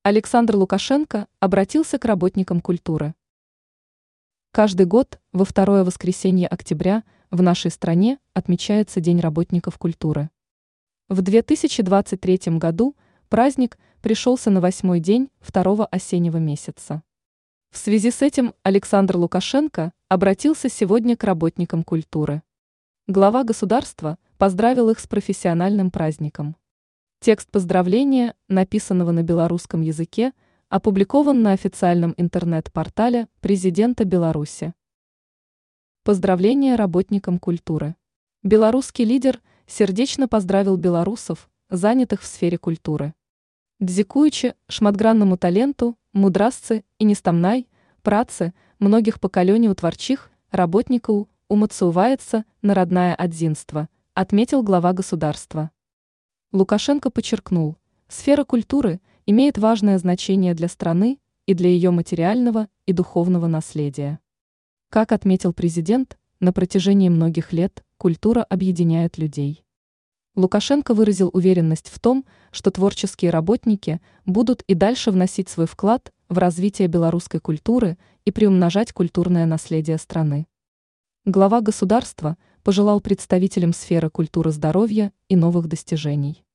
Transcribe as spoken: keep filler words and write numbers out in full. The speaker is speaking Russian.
Александр Лукашенко обратился к работникам культуры. Каждый год во второе воскресенье октября в нашей стране отмечается День работников культуры. В две тысячи двадцать третьем году праздник пришелся на восьмой день второго осеннего месяца. В связи с этим Александр Лукашенко обратился сегодня к работникам культуры. Глава государства поздравил их с профессиональным праздником. Текст поздравления, написанного на белорусском языке, опубликован на официальном интернет-портале президента Беларуси. Поздравления работникам культуры. Белорусский лидер сердечно поздравил белорусов, занятых в сфере культуры. Дзікуючы шматграннаму таленту, мудрасцы і нестамнай, працы многих поколений творчих работников умацуваецца народное адзінства, отметил глава государства. Лукашенко подчеркнул, сфера культуры имеет важное значение для страны и для ее материального и духовного наследия. Как отметил президент, на протяжении многих лет культура объединяет людей. Лукашенко выразил уверенность в том, что творческие работники будут и дальше вносить свой вклад в развитие белорусской культуры и приумножать культурное наследие страны. Глава государства пожелал представителям сферы культуры здоровья и новых достижений.